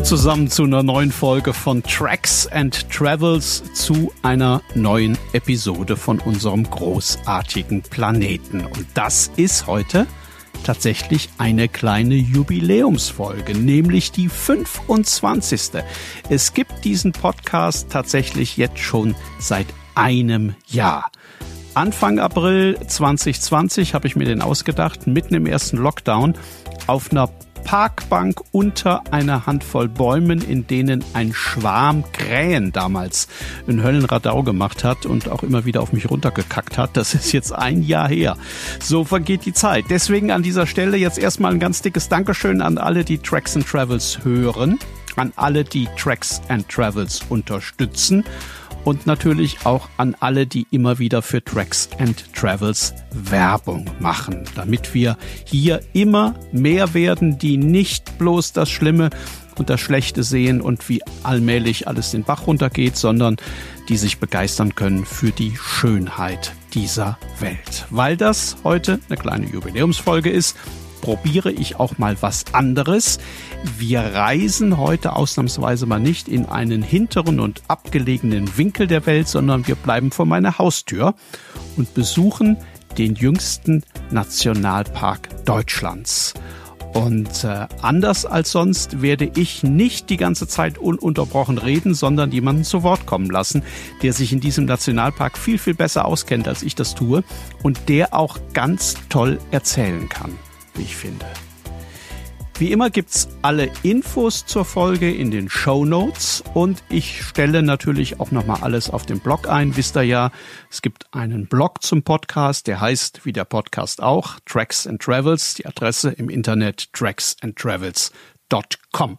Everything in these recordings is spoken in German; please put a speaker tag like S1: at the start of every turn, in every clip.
S1: Hallo zusammen zu einer neuen Folge von Tracks and Travels, zu einer neuen Episode von unserem großartigen Planeten. Und das ist heute tatsächlich eine kleine Jubiläumsfolge, nämlich die 25. Es gibt diesen Podcast tatsächlich jetzt schon seit einem Jahr. Anfang April 2020 habe ich mir den ausgedacht, mitten im ersten Lockdown, auf einer Parkbank unter einer Handvoll Bäumen, in denen ein Schwarm Krähen damals einen Höllenradau gemacht hat und auch immer wieder auf mich runtergekackt hat. Das ist jetzt ein Jahr her. So vergeht die Zeit. Deswegen an dieser Stelle jetzt erstmal ein ganz dickes Dankeschön an alle, die Tracks and Travels hören, an alle, die Tracks and Travels unterstützen. Und natürlich auch an alle, die immer wieder für Tracks and Travels Werbung machen, damit wir hier immer mehr werden, die nicht bloß das Schlimme und das Schlechte sehen und wie allmählich alles den Bach runtergeht, sondern die sich begeistern können für die Schönheit dieser Welt. Weil das heute eine kleine Jubiläumsfolge ist, probiere ich auch mal was anderes. Wir reisen heute ausnahmsweise mal nicht in einen hinteren und abgelegenen Winkel der Welt, sondern wir bleiben vor meiner Haustür und besuchen den jüngsten Nationalpark Deutschlands. Und anders als sonst werde ich nicht die ganze Zeit ununterbrochen reden, sondern jemanden zu Wort kommen lassen, der sich in diesem Nationalpark viel, viel besser auskennt, als ich das tue und der auch ganz toll erzählen kann, wie ich finde. Wie immer gibt's alle Infos zur Folge in den Shownotes und ich stelle natürlich auch nochmal alles auf dem Blog ein. Wisst ihr ja, es gibt einen Blog zum Podcast, der heißt, wie der Podcast auch, Tracks and Travels, die Adresse im Internet tracksandtravels.com.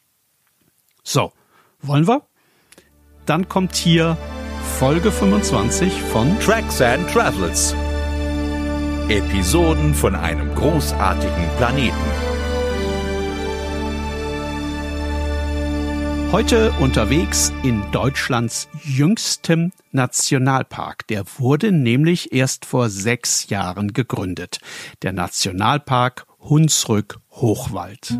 S1: So, wollen wir? Dann kommt hier Folge 25 von
S2: Tracks and Travels. Episoden von einem großartigen Planeten.
S1: Heute unterwegs in Deutschlands jüngstem Nationalpark. Der wurde nämlich erst vor 6 Jahren gegründet. Der Nationalpark Hunsrück-Hochwald.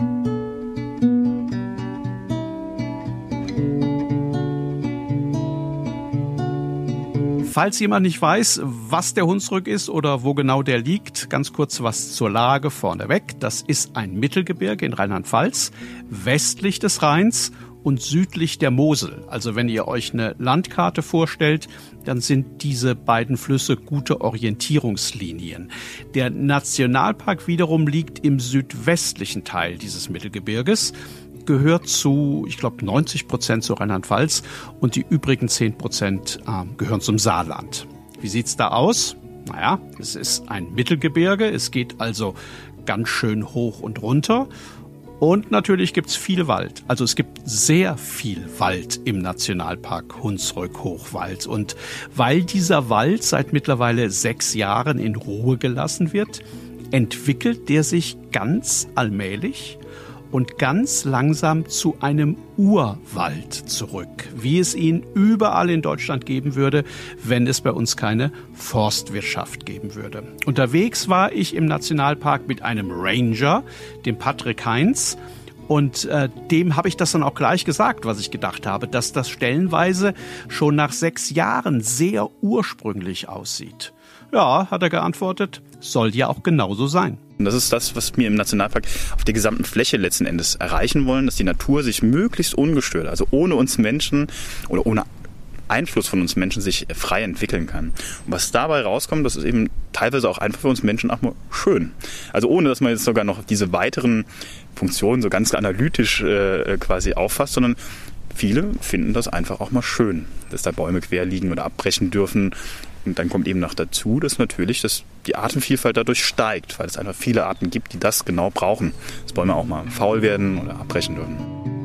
S1: Falls jemand nicht weiß, was der Hunsrück ist oder wo genau der liegt, ganz kurz was zur Lage vorneweg. Das ist ein Mittelgebirge in Rheinland-Pfalz, westlich des Rheins und südlich der Mosel. Also wenn ihr euch eine Landkarte vorstellt, dann sind diese beiden Flüsse gute Orientierungslinien. Der Nationalpark wiederum liegt im südwestlichen Teil dieses Mittelgebirges, gehört zu, ich glaube, 90% zu Rheinland-Pfalz und die übrigen 10% gehören zum Saarland. Wie sieht's da aus? Naja, es ist ein Mittelgebirge, es geht also ganz schön hoch und runter und natürlich gibt's viel Wald. Also es gibt sehr viel Wald im Nationalpark Hunsrück-Hochwald und weil dieser Wald seit mittlerweile 6 Jahren in Ruhe gelassen wird, entwickelt der sich ganz allmählich und ganz langsam zu einem Urwald zurück, wie es ihn überall in Deutschland geben würde, wenn es bei uns keine Forstwirtschaft geben würde. Unterwegs war ich im Nationalpark mit einem Ranger, dem Patrick Heinz, und dem habe ich das dann auch gleich gesagt, was ich gedacht habe, dass das stellenweise schon nach 6 Jahren sehr ursprünglich aussieht. Ja, hat er geantwortet, soll ja auch genauso sein.
S3: Und das ist das, was wir im Nationalpark auf der gesamten Fläche letzten Endes erreichen wollen, dass die Natur sich möglichst ungestört, also ohne uns Menschen oder ohne Einfluss von uns Menschen sich frei entwickeln kann. Und was dabei rauskommt, das ist eben teilweise auch einfach für uns Menschen auch mal schön. Also ohne, dass man jetzt sogar noch diese weiteren Funktionen so ganz analytisch quasi auffasst, sondern viele finden das einfach auch mal schön, dass da Bäume quer liegen oder abbrechen dürfen. Und dann kommt eben noch dazu, dass natürlich die Artenvielfalt dadurch steigt, weil es einfach viele Arten gibt, die das genau brauchen, dass Bäume auch mal faul werden oder abbrechen dürfen.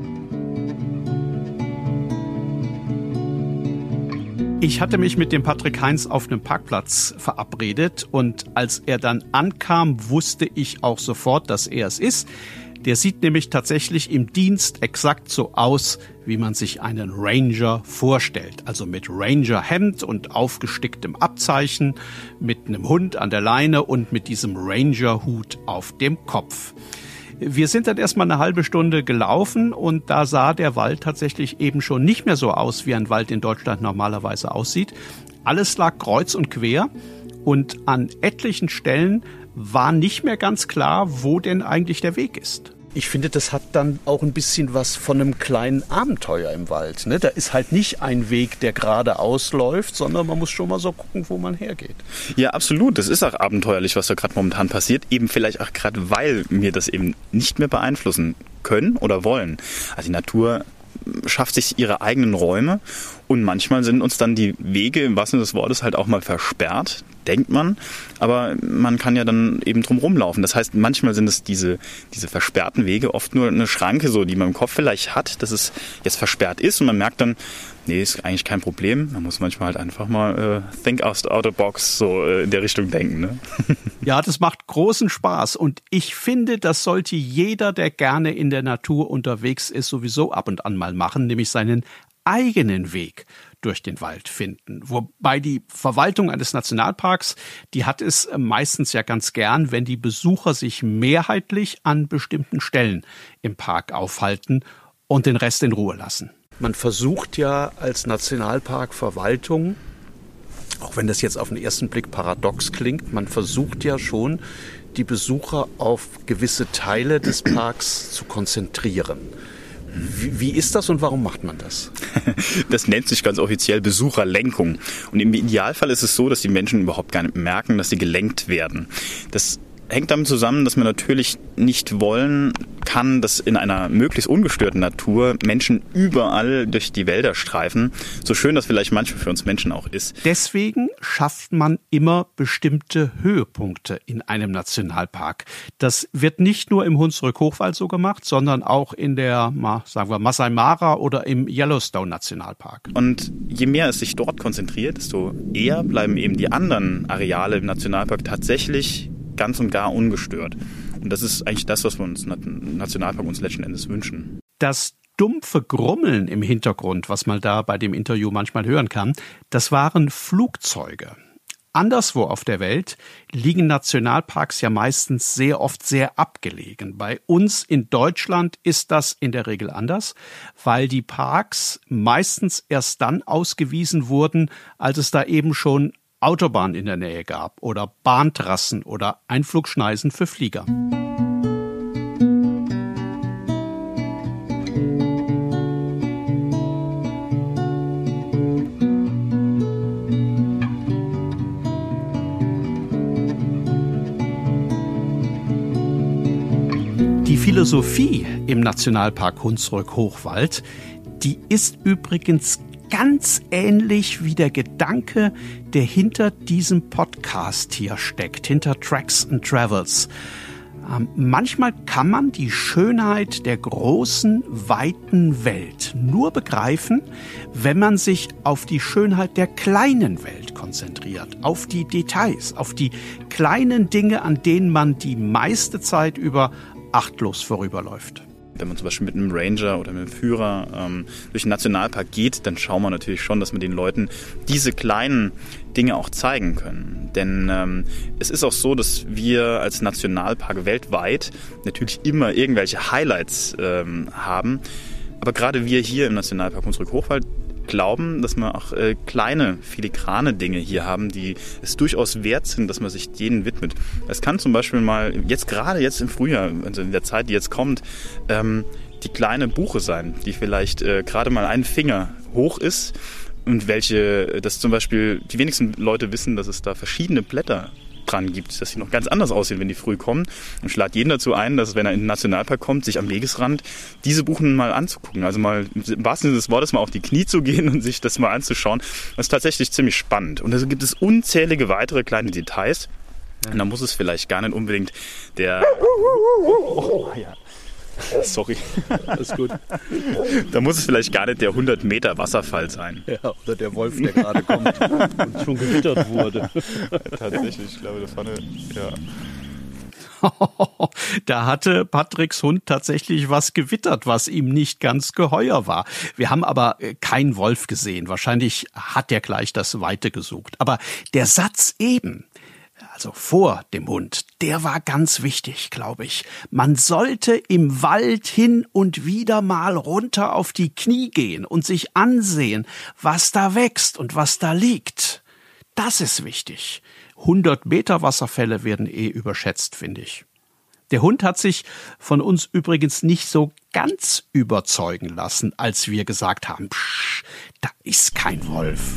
S1: Ich hatte mich mit dem Patrick Heinz auf einem Parkplatz verabredet und als er dann ankam, wusste ich auch sofort, dass er es ist. Der sieht nämlich tatsächlich im Dienst exakt so aus, wie man sich einen Ranger vorstellt. Also mit Ranger-Hemd und aufgesticktem Abzeichen, mit einem Hund an der Leine und mit diesem Ranger-Hut auf dem Kopf. Wir sind dann erstmal eine halbe Stunde gelaufen und da sah der Wald tatsächlich eben schon nicht mehr so aus, wie ein Wald in Deutschland normalerweise aussieht. Alles lag kreuz und quer und an etlichen Stellen war nicht mehr ganz klar, wo denn eigentlich der Weg ist. Ich finde, das hat dann auch ein bisschen was von einem kleinen Abenteuer im Wald. Ne? Da ist halt nicht ein Weg, der geradeaus läuft, sondern man muss schon mal so gucken, wo man hergeht.
S3: Ja, absolut. Das ist auch abenteuerlich, was da gerade momentan passiert. Eben vielleicht auch gerade, weil wir das eben nicht mehr beeinflussen können oder wollen. Also die Natur schafft sich ihre eigenen Räume und manchmal sind uns dann die Wege im wahrsten Sinne des Wortes halt auch mal versperrt, denkt man, aber man kann ja dann eben drum rumlaufen. Das heißt, manchmal sind es diese versperrten Wege oft nur eine Schranke, so die man im Kopf vielleicht hat, dass es jetzt versperrt ist und man merkt dann, nee, ist eigentlich kein Problem. Man muss manchmal halt einfach mal think out of the box, so in der Richtung denken. Ne?
S1: Ja, das macht großen Spaß und ich finde, das sollte jeder, der gerne in der Natur unterwegs ist, sowieso ab und an mal machen, nämlich seinen eigenen Weg durch den Wald finden. Wobei die Verwaltung eines Nationalparks, die hat es meistens ja ganz gern, wenn die Besucher sich mehrheitlich an bestimmten Stellen im Park aufhalten und den Rest in Ruhe lassen. Man versucht ja als Nationalparkverwaltung, auch wenn das jetzt auf den ersten Blick paradox klingt, man versucht ja schon, die Besucher auf gewisse Teile des Parks zu konzentrieren. Wie ist das und warum macht man das?
S3: Das nennt sich ganz offiziell Besucherlenkung. Und im Idealfall ist es so, dass die Menschen überhaupt gar nicht merken, dass sie gelenkt werden. Das hängt damit zusammen, dass man natürlich nicht wollen kann, dass in einer möglichst ungestörten Natur Menschen überall durch die Wälder streifen. So schön das vielleicht manchmal für uns Menschen auch ist.
S1: Deswegen schafft man immer bestimmte Höhepunkte in einem Nationalpark. Das wird nicht nur im Hunsrück-Hochwald so gemacht, sondern auch in der, sagen wir, Masai Mara oder im Yellowstone-Nationalpark.
S3: Und je mehr es sich dort konzentriert, desto eher bleiben eben die anderen Areale im Nationalpark tatsächlich ganz und gar ungestört. Und das ist eigentlich das, was wir uns im Nationalpark uns letzten Endes wünschen.
S1: Das dumpfe Grummeln im Hintergrund, was man da bei dem Interview manchmal hören kann, das waren Flugzeuge. Anderswo auf der Welt liegen Nationalparks ja meistens sehr oft sehr abgelegen. Bei uns in Deutschland ist das in der Regel anders, weil die Parks meistens erst dann ausgewiesen wurden, als es da eben schon Autobahn in der Nähe gab oder Bahntrassen oder Einflugschneisen für Flieger. Die Philosophie im Nationalpark Hunsrück-Hochwald, die ist übrigens ganz ähnlich wie der Gedanke, der hinter diesem Podcast hier steckt, hinter Tracks and Travels. Manchmal kann man die Schönheit der großen, weiten Welt nur begreifen, wenn man sich auf die Schönheit der kleinen Welt konzentriert, auf die Details, auf die kleinen Dinge, an denen man die meiste Zeit über achtlos vorüberläuft.
S3: Wenn man zum Beispiel mit einem Ranger oder mit einem Führer durch den Nationalpark geht, dann schaut man natürlich schon, dass man den Leuten diese kleinen Dinge auch zeigen können. Denn es ist auch so, dass wir als Nationalpark weltweit natürlich immer irgendwelche Highlights haben. Aber gerade wir hier im Nationalpark Hunsrück-Hochwald glauben, dass wir auch kleine, filigrane Dinge hier haben, die es durchaus wert sind, dass man sich denen widmet. Es kann zum Beispiel mal, gerade jetzt im Frühjahr, also in der Zeit, die jetzt kommt, die kleine Buche sein, die vielleicht gerade mal einen Finger hoch ist und dass zum Beispiel die wenigsten Leute wissen, dass es da verschiedene Blätter dran gibt, dass sie noch ganz anders aussehen, wenn die früh kommen, und schlagt jeden dazu ein, dass wenn er in den Nationalpark kommt, sich am Wegesrand diese Buchen mal anzugucken. Also mal im wahrsten Sinne des Wortes mal auf die Knie zu gehen und sich das mal anzuschauen. Das ist tatsächlich ziemlich spannend. Und da gibt es unzählige weitere kleine Details. Und da muss es vielleicht gar nicht unbedingt der... ja. Sorry.
S1: Alles gut.
S3: Da muss es vielleicht gar nicht der 100 Meter Wasserfall sein.
S1: Ja, oder der Wolf, der gerade kommt und schon gewittert wurde.
S3: Tatsächlich, ich glaube, da vorne, ja.
S1: Da hatte Patricks Hund tatsächlich was gewittert, was ihm nicht ganz geheuer war. Wir haben aber keinen Wolf gesehen. Wahrscheinlich hat er gleich das Weite gesucht. Aber der Satz eben, also vor dem Hund, der war ganz wichtig, glaube ich. Man sollte im Wald hin und wieder mal runter auf die Knie gehen und sich ansehen, was da wächst und was da liegt. Das ist wichtig. 100 Meter Wasserfälle werden überschätzt, finde ich. Der Hund hat sich von uns übrigens nicht so ganz überzeugen lassen, als wir gesagt haben, psch, da ist kein Wolf.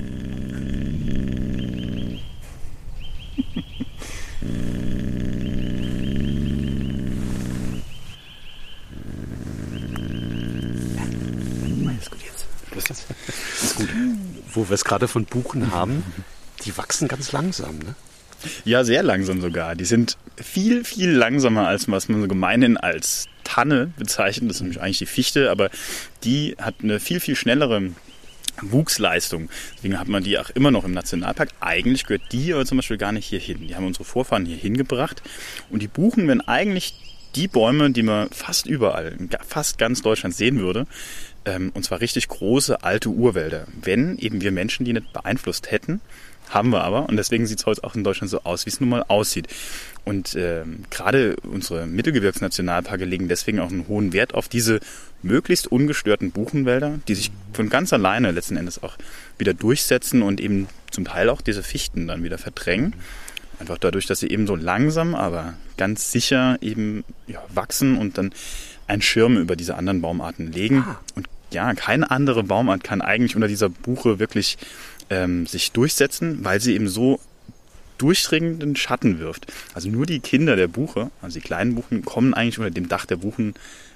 S1: Ist gut. Wo wir es gerade von Buchen haben, die wachsen ganz langsam, ne?
S3: Ja, sehr langsam sogar. Die sind viel, viel langsamer, als was man so gemeinhin als Tanne bezeichnet. Das ist nämlich eigentlich die Fichte, aber die hat eine viel, viel schnellere Wuchsleistung. Deswegen hat man die auch immer noch im Nationalpark. Eigentlich gehört die aber zum Beispiel gar nicht hier hin. Die haben unsere Vorfahren hier hingebracht. Und die Buchen wären eigentlich die Bäume, die man fast überall, in fast ganz Deutschland sehen würde. Und zwar richtig große, alte Urwälder. Wenn eben wir Menschen die nicht beeinflusst hätten, haben wir aber. Und deswegen sieht es heute auch in Deutschland so aus, wie es nun mal aussieht. Und gerade unsere Mittelgebirgsnationalparke legen deswegen auch einen hohen Wert auf diese möglichst ungestörten Buchenwälder, die sich von ganz alleine letzten Endes auch wieder durchsetzen und eben zum Teil auch diese Fichten dann wieder verdrängen. Einfach dadurch, dass sie eben so langsam, aber ganz sicher eben wachsen und dann einen Schirm über diese anderen Baumarten legen. Und ja, keine andere Baumart kann eigentlich unter dieser Buche wirklich sich durchsetzen, weil sie eben so durchdringenden Schatten wirft. Also nur die Kinder der Buche, also die kleinen Buchen, kommen eigentlich unter dem Dach der Buchen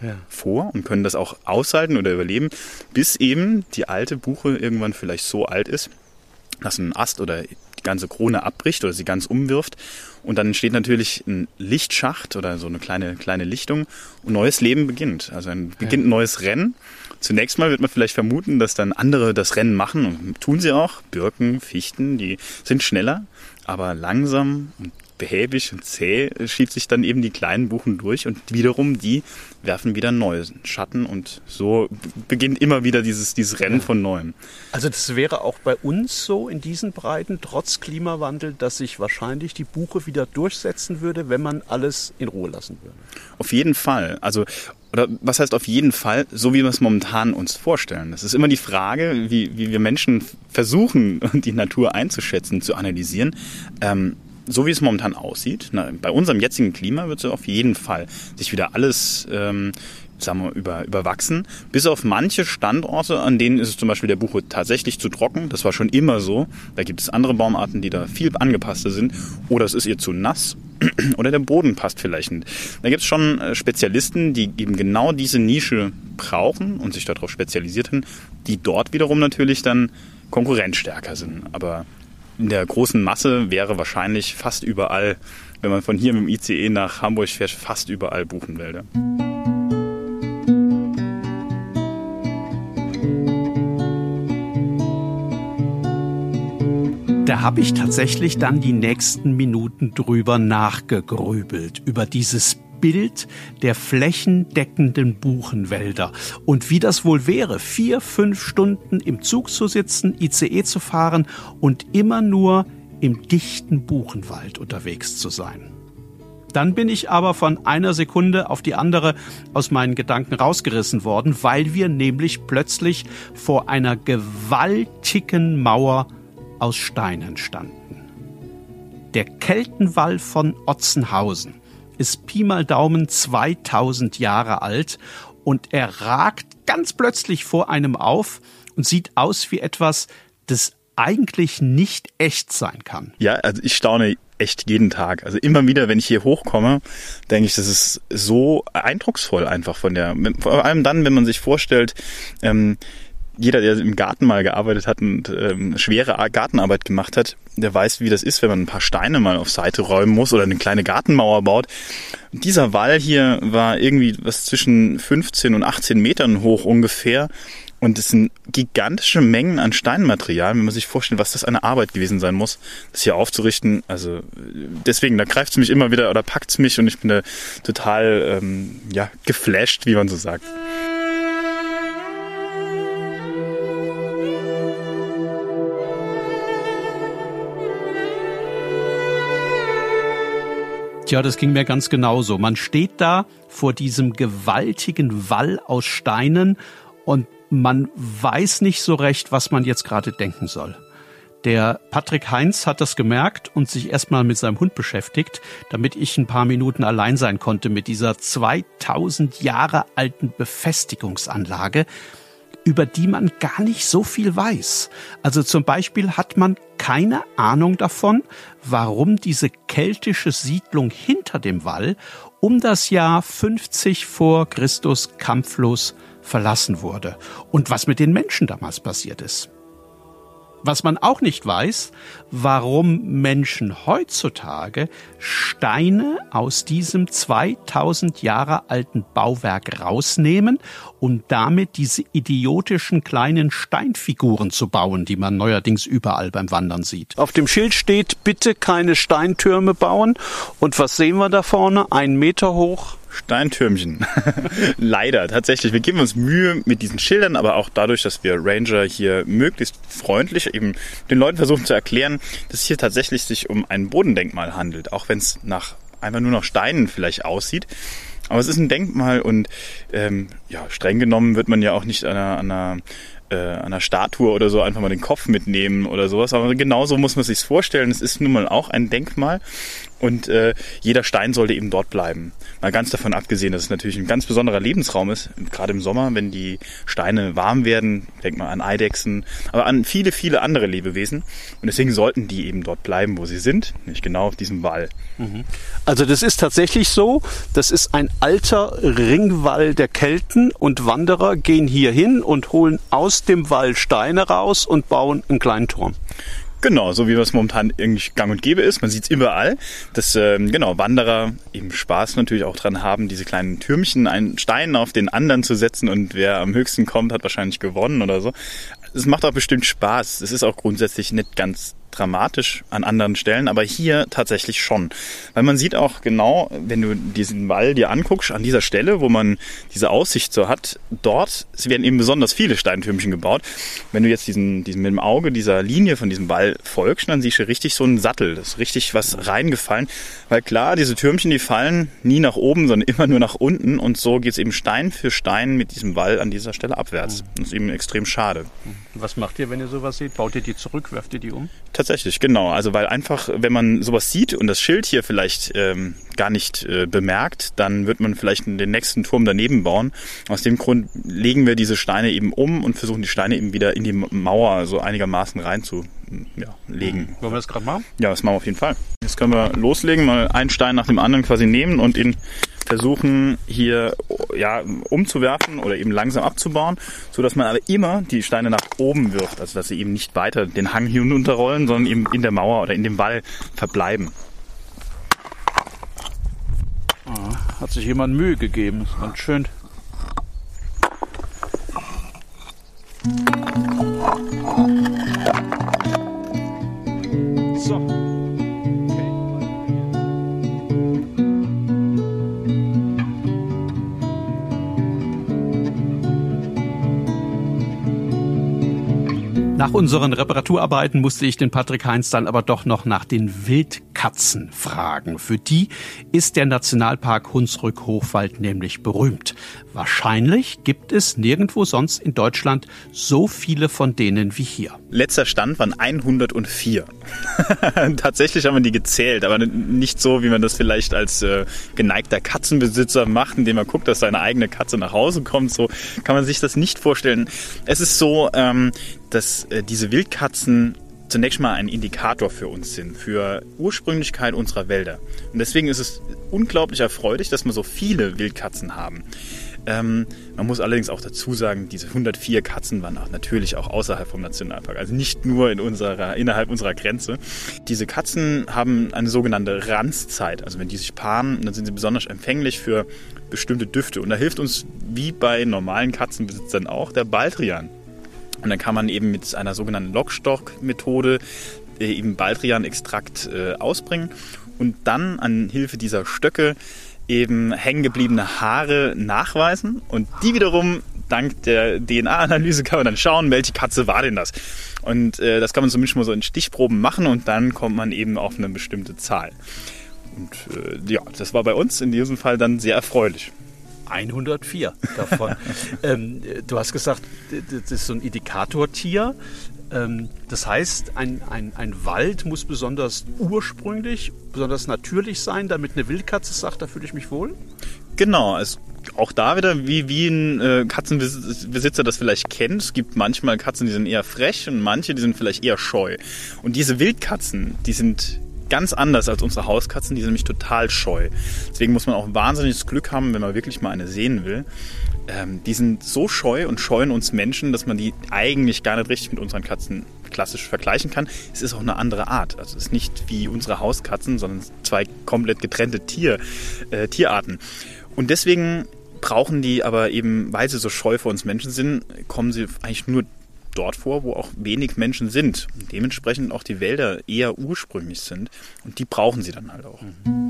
S3: vor und können das auch aushalten oder überleben, bis eben die alte Buche irgendwann vielleicht so alt ist, dass ein Ast oder die ganze Krone abbricht oder sie ganz umwirft. Und dann entsteht natürlich ein Lichtschacht oder so eine kleine Lichtung und neues Leben beginnt. Also beginnt ein neues Rennen. Zunächst mal wird man vielleicht vermuten, dass dann andere das Rennen machen und tun sie auch. Birken, Fichten, die sind schneller, aber langsam und behäbig und zäh schiebt sich dann eben die kleinen Buchen durch und wiederum die werfen wieder neue Schatten und so beginnt immer wieder dieses Rennen von Neuem.
S1: Also das wäre auch bei uns so in diesen Breiten, trotz Klimawandel, dass sich wahrscheinlich die Buche wieder durchsetzen würde, wenn man alles in Ruhe lassen würde.
S3: Auf jeden Fall. Also, oder was heißt auf jeden Fall, so wie wir es momentan uns vorstellen. Das ist immer die Frage, wie wir Menschen versuchen, die Natur einzuschätzen, zu analysieren. So wie es momentan aussieht, bei unserem jetzigen Klima wird es auf jeden Fall sich wieder alles überwachsen. Bis auf manche Standorte, an denen ist es zum Beispiel der Buche tatsächlich zu trocken. Das war schon immer so. Da gibt es andere Baumarten, die da viel angepasster sind. Oder es ist ihr zu nass. Oder der Boden passt vielleicht nicht. Da gibt es schon Spezialisten, die eben genau diese Nische brauchen und sich darauf spezialisiert haben, die dort wiederum natürlich dann konkurrenzstärker sind. Aber in der großen Masse wäre wahrscheinlich fast überall, wenn man von hier mit dem ICE nach Hamburg fährt, fast überall Buchenwälder.
S1: Da habe ich tatsächlich dann die nächsten Minuten drüber nachgegrübelt, über dieses Bild der flächendeckenden Buchenwälder und wie das wohl wäre, 4-5 Stunden im Zug zu sitzen, ICE zu fahren und immer nur im dichten Buchenwald unterwegs zu sein. Dann bin ich aber von einer Sekunde auf die andere aus meinen Gedanken rausgerissen worden, weil wir nämlich plötzlich vor einer gewaltigen Mauer aus Steinen standen. Der Keltenwall von Otzenhausen ist Pi mal Daumen 2000 Jahre alt und er ragt ganz plötzlich vor einem auf und sieht aus wie etwas, das eigentlich nicht echt sein kann.
S3: Ja, also ich staune echt jeden Tag. Also immer wieder, wenn ich hier hochkomme, denke ich, das ist so eindrucksvoll einfach vor allem dann, wenn man sich vorstellt, jeder, der im Garten mal gearbeitet hat und schwere Gartenarbeit gemacht hat, der weiß, wie das ist, wenn man ein paar Steine mal auf Seite räumen muss oder eine kleine Gartenmauer baut. Und dieser Wall hier war irgendwie was zwischen 15 und 18 Metern hoch ungefähr. Und es sind gigantische Mengen an Steinmaterial, wenn man sich vorstellt, was das eine Arbeit gewesen sein muss, das hier aufzurichten. Also deswegen, da greift es mich immer wieder oder packt es mich und ich bin da total geflasht, wie man so sagt.
S1: Tja, das ging mir ganz genauso. Man steht da vor diesem gewaltigen Wall aus Steinen und man weiß nicht so recht, was man jetzt gerade denken soll. Der Patrick Heinz hat das gemerkt und sich erstmal mit seinem Hund beschäftigt, damit ich ein paar Minuten allein sein konnte mit dieser 2000 Jahre alten Befestigungsanlage, über die man gar nicht so viel weiß. Also zum Beispiel hat man keine Ahnung davon, warum diese keltische Siedlung hinter dem Wall um das Jahr 50 vor Christus kampflos verlassen wurde und was mit den Menschen damals passiert ist. Was man auch nicht weiß, warum Menschen heutzutage Steine aus diesem 2000 Jahre alten Bauwerk rausnehmen, um damit diese idiotischen kleinen Steinfiguren zu bauen, die man neuerdings überall beim Wandern sieht.
S4: Auf dem Schild steht, bitte keine Steintürme bauen. Und was sehen wir da vorne? 1 Meter hoch.
S3: Steintürmchen. Leider, tatsächlich. Wir geben uns Mühe mit diesen Schildern, aber auch dadurch, dass wir Ranger hier möglichst freundlich eben den Leuten versuchen zu erklären, dass es hier tatsächlich sich um ein Bodendenkmal handelt, auch wenn es einfach nur nach Steinen vielleicht aussieht. Aber es ist ein Denkmal und streng genommen wird man ja auch nicht an einer Statue oder so einfach mal den Kopf mitnehmen oder sowas. Aber genauso muss man es sich vorstellen. Es ist nun mal auch ein Denkmal und jeder Stein sollte eben dort bleiben. Mal ganz davon abgesehen, dass es natürlich ein ganz besonderer Lebensraum ist, gerade im Sommer, wenn die Steine warm werden, denkt man an Eidechsen, aber an viele, viele andere Lebewesen. Und deswegen sollten die eben dort bleiben, wo sie sind, nicht genau auf diesem Wall.
S4: Also das ist tatsächlich so, das ist ein alter Ringwall der Kelten und Wanderer gehen hier hin und holen aus dem Wall Steine raus und bauen einen kleinen Turm.
S3: Genau, so wie das momentan irgendwie gang und gäbe ist. Man sieht es überall, dass Wanderer eben Spaß natürlich auch dran haben, diese kleinen Türmchen, einen Stein auf den anderen zu setzen und wer am höchsten kommt, hat wahrscheinlich gewonnen oder so. Es macht auch bestimmt Spaß. Es ist auch grundsätzlich nicht ganz dramatisch an anderen Stellen, aber hier tatsächlich schon. Weil man sieht auch genau, wenn du diesen Wall dir anguckst, an dieser Stelle, wo man diese Aussicht so hat, dort werden eben besonders viele Steintürmchen gebaut. Wenn du jetzt diesen mit dem Auge dieser Linie von diesem Wall folgst, dann siehst du richtig so einen Sattel. Das ist richtig was reingefallen. Weil klar, diese Türmchen, die fallen nie nach oben, sondern immer nur nach unten. Und so geht es eben Stein für Stein mit diesem Wall an dieser Stelle abwärts. Das ist eben extrem schade.
S1: Was macht ihr, wenn ihr sowas seht? Baut ihr die zurück? Werft ihr die um?
S3: Tatsächlich, genau. Also weil einfach, wenn man sowas sieht und das Schild hier vielleicht gar nicht bemerkt, dann wird man vielleicht den nächsten Turm daneben bauen. Aus dem Grund legen wir diese Steine eben um und versuchen die Steine eben wieder in die Mauer so einigermaßen reinzulegen.
S1: Wollen wir das gerade machen?
S3: Ja, das machen wir auf jeden Fall. Jetzt können wir loslegen, mal einen Stein nach dem anderen quasi nehmen und ihn versuchen hier umzuwerfen oder eben langsam abzubauen, so dass man aber immer die Steine nach oben wirft, also dass sie eben nicht weiter den Hang hier hinunterrollen, sondern eben in der Mauer oder in dem Wall verbleiben.
S1: Hat sich jemand Mühe gegeben, ist ganz schön. So. Nach unseren Reparaturarbeiten musste ich den Patrick Heinz dann aber doch noch nach den Wildkatzen fragen. Für die ist der Nationalpark Hunsrück-Hochwald nämlich berühmt. Wahrscheinlich gibt es nirgendwo sonst in Deutschland so viele von denen wie hier.
S3: Letzter Stand waren 104. Tatsächlich haben wir die gezählt, aber nicht so, wie man das vielleicht als geneigter Katzenbesitzer macht, indem man guckt, dass seine eigene Katze nach Hause kommt. So kann man sich das nicht vorstellen. Es ist so, dass diese Wildkatzen zunächst mal ein Indikator für uns sind, für Ursprünglichkeit unserer Wälder. Und deswegen ist es unglaublich erfreulich, dass wir so viele Wildkatzen haben. Man muss allerdings auch dazu sagen, diese 104 Katzen waren natürlich auch außerhalb vom Nationalpark, also nicht nur innerhalb unserer Grenze. Diese Katzen haben eine sogenannte Ranzzeit, also wenn die sich paaren, dann sind sie besonders empfänglich für bestimmte Düfte. Und da hilft uns, wie bei normalen Katzenbesitzern auch, der Baldrian. Und dann kann man eben mit einer sogenannten Lockstock-Methode eben Baldrian-Extrakt ausbringen und dann an Hilfe dieser Stöcke eben hängengebliebene Haare nachweisen. Und die wiederum, dank der DNA-Analyse, kann man dann schauen, welche Katze war denn das. Und das kann man zumindest mal so in Stichproben machen und dann kommt man eben auf eine bestimmte Zahl. Und ja, das war bei uns in diesem Fall dann sehr erfreulich.
S1: 104 davon. Du hast gesagt, das ist so ein Indikatortier. Das heißt, ein Wald muss besonders ursprünglich, besonders natürlich sein, damit eine Wildkatze sagt, da fühle ich mich wohl?
S3: Genau, auch da wieder, wie ein Katzenbesitzer das vielleicht kennt. Es gibt manchmal Katzen, die sind eher frech und manche, die sind vielleicht eher scheu. Und diese Wildkatzen, die sind ganz anders als unsere Hauskatzen, die sind nämlich total scheu. Deswegen muss man auch wahnsinniges Glück haben, wenn man wirklich mal eine sehen will. Die sind so scheu und scheuen uns Menschen, dass man die eigentlich gar nicht richtig mit unseren Katzen klassisch vergleichen kann. Es ist auch eine andere Art. Also es ist nicht wie unsere Hauskatzen, sondern zwei komplett getrennte Tierarten. Und deswegen brauchen die aber eben, weil sie so scheu vor uns Menschen sind, kommen sie eigentlich nur dort vor, wo auch wenig Menschen sind. Und dementsprechend auch die Wälder eher ursprünglich sind. Und die brauchen sie dann halt auch.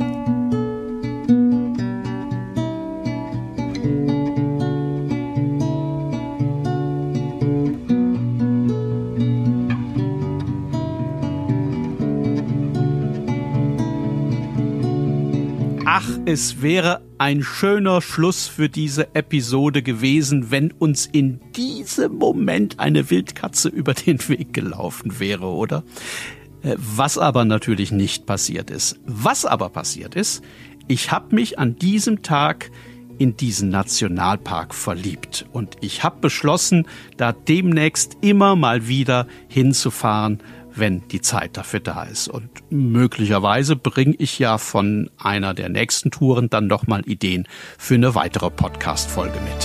S1: Ach, es wäre ein schöner Schluss für diese Episode gewesen, wenn uns in diesem Moment eine Wildkatze über den Weg gelaufen wäre, oder? Was aber natürlich nicht passiert ist. Was aber passiert ist, ich habe mich an diesem Tag in diesen Nationalpark verliebt. Und ich habe beschlossen, da demnächst immer mal wieder hinzufahren, wenn die Zeit dafür da ist. Und möglicherweise bringe ich ja von einer der nächsten Touren dann noch mal Ideen für eine weitere Podcast-Folge mit.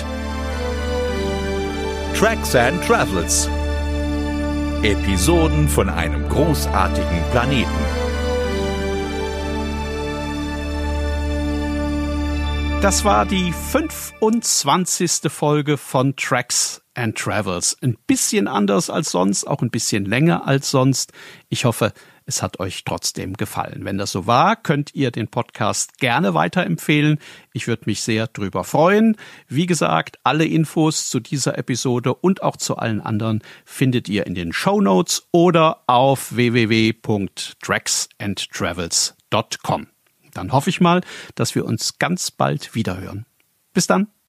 S2: Tracks and Travels. Episoden von einem großartigen Planeten.
S1: Das war die 25. Folge von Tracks and Travels. Ein bisschen anders als sonst, auch ein bisschen länger als sonst. Ich hoffe, es hat euch trotzdem gefallen. Wenn das so war, könnt ihr den Podcast gerne weiterempfehlen. Ich würde mich sehr drüber freuen. Wie gesagt, alle Infos zu dieser Episode und auch zu allen anderen findet ihr in den Shownotes oder auf www.tracksandtravels.com. Dann hoffe ich mal, dass wir uns ganz bald wiederhören. Bis dann.